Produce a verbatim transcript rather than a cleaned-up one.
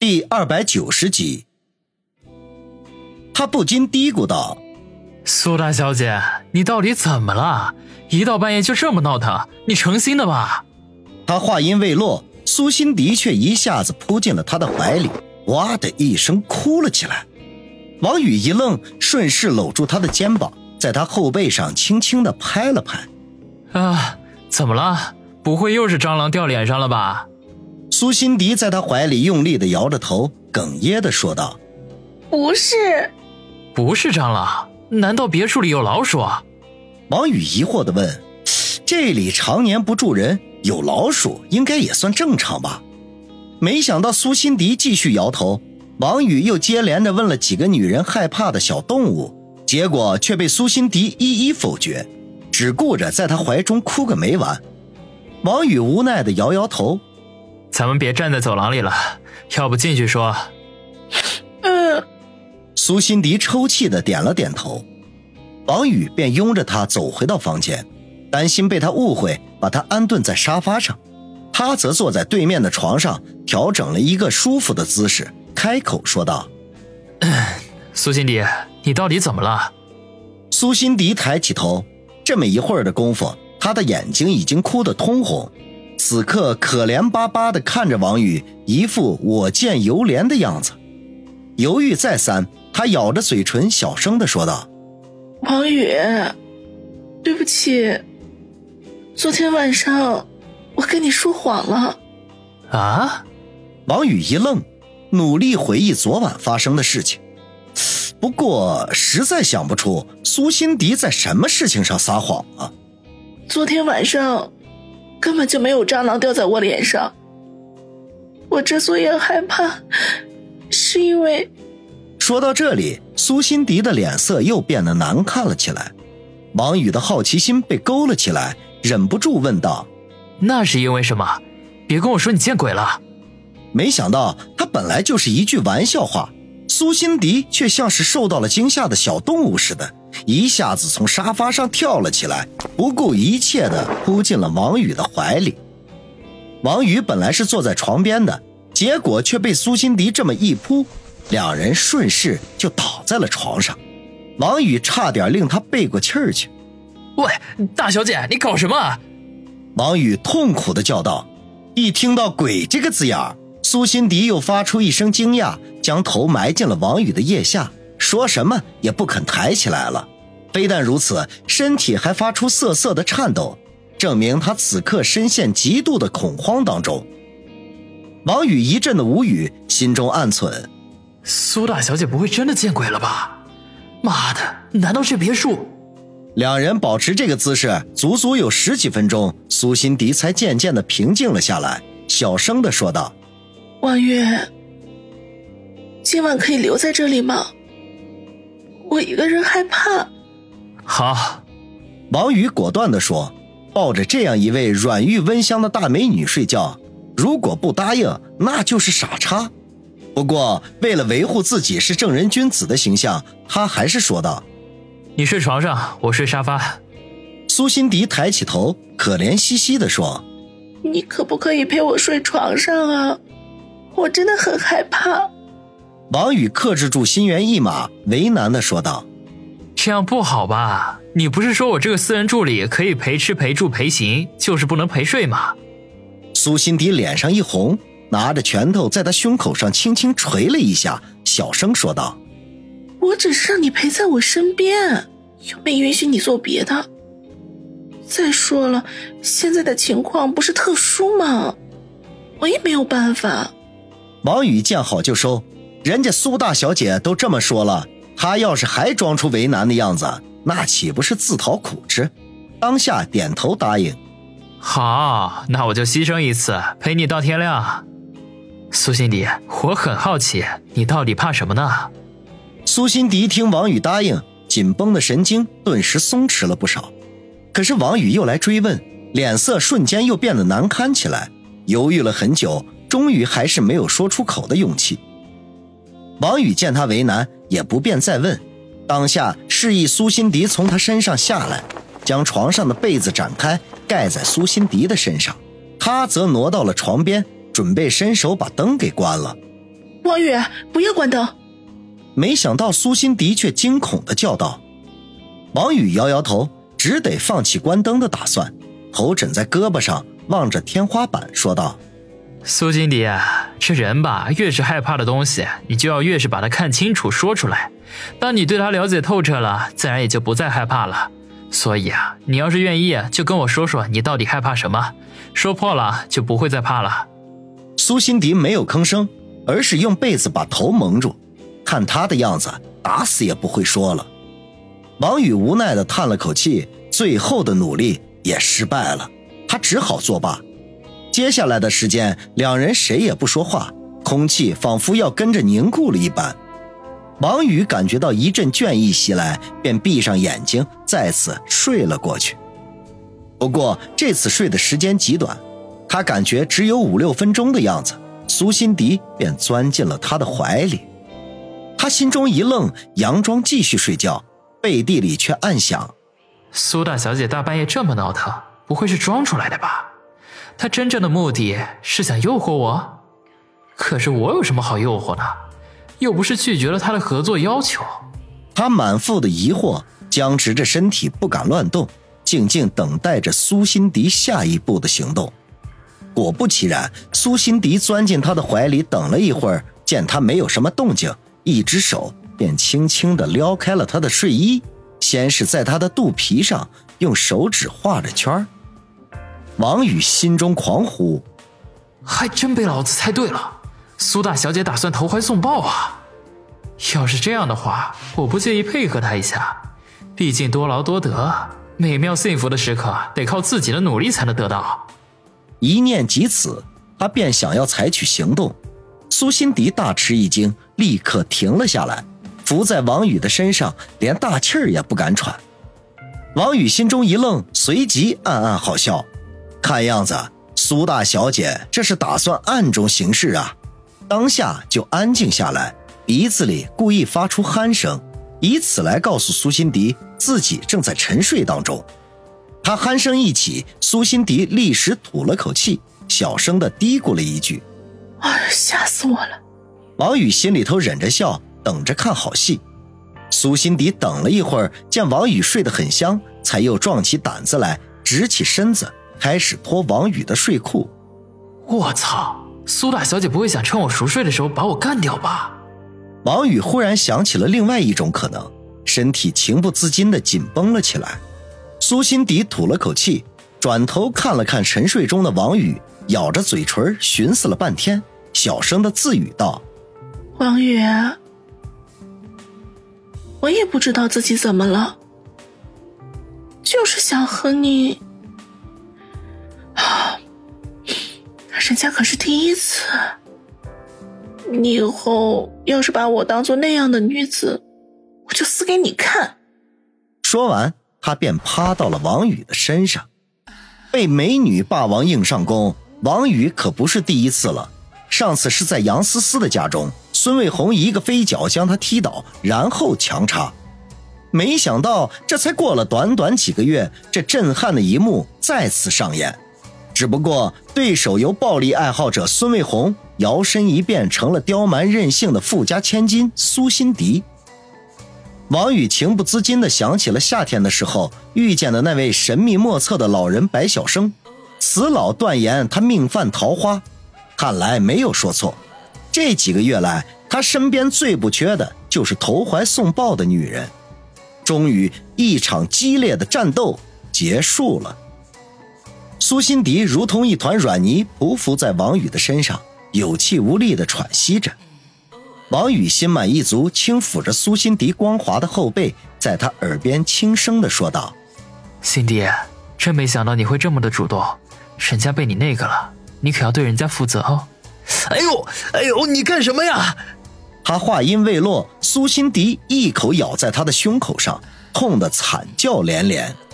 第二百九十集。他不禁嘀咕道： 苏大小姐，你到底怎么了？一到半夜就这么闹腾，你成心的吧？ 他话音未落，苏辛迪却一下子扑进了他的怀里，哇的一声哭了起来。王宇一愣，顺势搂住他的肩膀，在他后背上轻轻地拍了拍。 啊，怎么了？不会又是蟑螂掉脸上了吧？ 苏辛迪在他怀里用力地摇着头，哽咽地说道： 不是。 不是蟑螂？难道别墅里有老鼠？ 王宇疑惑地问：这里常年不住人，有老鼠应该也算正常吧？没想到苏辛迪继续摇头，王宇又接连着问了几个女人害怕的小动物，结果却被苏辛迪一一否决，只顾着在他怀中哭个没完。王宇无奈地摇摇头： 咱们别站在走廊里了，要不进去说。 嗯。 苏辛迪抽泣地点了点头。王宇便拥着他走回到房间，担心被他误会，把他安顿在沙发上。他则坐在对面的床上，调整了一个舒服的姿势，开口说道： 苏辛迪，你到底怎么了？ 苏辛迪抬起头，这么一会儿的功夫，他的眼睛已经哭得通红，此刻可怜巴巴地看着王宇，一副我见犹怜的样子。犹豫再三，他咬着嘴唇小声地说道： 王宇，对不起，昨天晚上我跟你说谎了。 啊？ 王宇一愣，努力回忆昨晚发生的事情，不过实在想不出苏辛迪在什么事情上撒谎了。 昨天晚上根本就没有蟑螂掉在我脸上，我之所以害怕，是因为…… 说到这里，苏辛迪的脸色又变得难看了起来。王宇的好奇心被勾了起来，忍不住问道： 那是因为什么？别跟我说你见鬼了。 没想到他本来就是一句玩笑话，苏辛迪却像是受到了惊吓的小动物似的，一下子从沙发上跳了起来，不顾一切地扑进了王宇的怀里。王宇本来是坐在床边的，结果却被苏辛迪这么一扑，两人顺势就倒在了床上。王宇差点令他背过气儿去。 喂，大小姐，你搞什么？ 王宇痛苦地叫道。一听到鬼这个字眼，苏辛迪又发出一声惊讶，将头埋进了王宇的腋下，说什么也不肯抬起来了。非但如此，身体还发出瑟瑟的颤抖，证明他此刻深陷极度的恐慌当中。王宇一阵的无语，心中暗忖： 苏大小姐不会真的见鬼了吧？妈的，难道是别墅？ 两人保持这个姿势足足有十几分钟，苏辛迪才渐渐地平静了下来，小声地说道： 王宇，今晚可以留在这里吗？我一个人害怕。 好。 王宇果断地说，抱着这样一位软玉温香的大美女睡觉，如果不答应那就是傻叉。不过为了维护自己是正人君子的形象，他还是说道： 你睡床上，我睡沙发。 苏辛迪抬起头，可怜兮兮地说： 你可不可以陪我睡床上啊？我真的很害怕。 王宇克制住心猿意马，为难地说道： 这样不好吧？你不是说我这个私人助理可以陪吃陪住陪行，就是不能陪睡吗？ 苏辛迪脸上一红，拿着拳头在他胸口上轻轻捶了一下，小声说道： 我只是让你陪在我身边，又没允许你做别的。再说了，现在的情况不是特殊吗？我也没有办法。 王宇见好就收，人家苏大小姐都这么说了，他要是还装出为难的样子，那岂不是自讨苦吃？当下点头答应。 好，那我就牺牲一次，陪你到天亮。苏辛迪，我很好奇，你到底怕什么呢？ 苏辛迪听王宇答应，紧绷的神经顿时松弛了不少。可是王宇又来追问，脸色瞬间又变得难堪起来，犹豫了很久，终于还是没有说出口的勇气。王宇见他为难，也不便再问，当下示意苏辛迪从他身上下来，将床上的被子展开，盖在苏辛迪的身上。他则挪到了床边，准备伸手把灯给关了。 王宇，不要关灯！ 没想到苏辛迪却惊恐地叫道。王宇摇摇头，只得放弃关灯的打算，头枕在胳膊上，望着天花板说道： 苏辛迪啊，这人吧，越是害怕的东西，你就要越是把它看清楚说出来。当你对它了解透彻了，自然也就不再害怕了。所以啊，你要是愿意，就跟我说说你到底害怕什么，说破了就不会再怕了。 苏辛迪没有吭声，而是用被子把头蒙住，看他的样子，打死也不会说了。王宇无奈地叹了口气，最后的努力也失败了，他只好作罢。接下来的时间，两人谁也不说话，空气仿佛要跟着凝固了一般。王宇感觉到一阵倦意袭来，便闭上眼睛，再次睡了过去。不过这次睡的时间极短，他感觉只有五六分钟的样子，苏辛迪便钻进了他的怀里。他心中一愣，佯装继续睡觉，背地里却暗想： 苏大小姐大半夜这么闹腾，不会是装出来的吧？她真正的目的是想诱惑我？可是我有什么好诱惑的？又不是拒绝了她的合作要求。 他满腹的疑惑，僵直着身体不敢乱动，静静等待着苏辛迪下一步的行动。果不其然，苏辛迪钻进他的怀里等了一会儿，见他没有什么动静，一只手便轻轻地撩开了他的睡衣，先是在他的肚皮上用手指画着圈。王宇心中狂呼， 还真被老子猜对了，苏大小姐打算投怀送抱啊！要是这样的话，我不介意配合她一下，毕竟多劳多得，美妙幸福的时刻得靠自己的努力才能得到。 一念及此，他便想要采取行动。苏辛迪大吃一惊，立刻停了下来，伏在王宇的身上，连大气儿也不敢喘。王宇心中一愣，随即暗暗好笑，看样子苏大小姐这是打算暗中行事啊。当下就安静下来，鼻子里故意发出鼾声，以此来告诉苏辛迪自己正在沉睡当中。他鼾声一起，苏辛迪立时吐了口气，小声地嘀咕了一句： 哎，吓死我了。 王宇心里头忍着笑，等着看好戏。苏辛迪等了一会儿，见王宇睡得很香，才又壮起胆子来，直起身子，开始脱王宇的睡裤。 我操，苏大小姐不会想趁我熟睡的时候把我干掉吧？ 王宇忽然想起了另外一种可能，身体情不自禁地紧绷了起来。苏辛迪吐了口气，转头看了看沉睡中的王宇，咬着嘴唇寻思了半天，小声地自语道： 王宇，我也不知道自己怎么了，就是想和你啊，人家可是第一次，你以后要是把我当做那样的女子，我就死给你看。 说完，他便趴到了王宇的身上。被美女霸王硬上弓，王宇可不是第一次了。上次是在杨思思的家中，孙卫红一个飞脚将他踢倒，然后强插。没想到这才过了短短几个月，这震撼的一幕再次上演。只不过对手由暴力爱好者孙卫红摇身一变成了刁蛮任性的富家千金苏辛迪。王宇情不自禁地想起了夏天的时候遇见的那位神秘莫测的老人白晓生，此老断言他命犯桃花，看来没有说错。这几个月来，他身边最不缺的就是投怀送抱的女人。终于，一场激烈的战斗结束了。苏辛迪如同一团软泥匍匐在王宇的身上，有气无力地喘息着。王宇心满意足，轻抚着苏辛迪光滑的后背，在他耳边轻声地说道： 辛迪，真没想到你会这么的主动，人家被你那个了，你可要对人家负责哦。 哎呦哎呦，你干什么呀？ 他话音未落，苏辛迪一口咬在他的胸口上，痛得惨叫连连。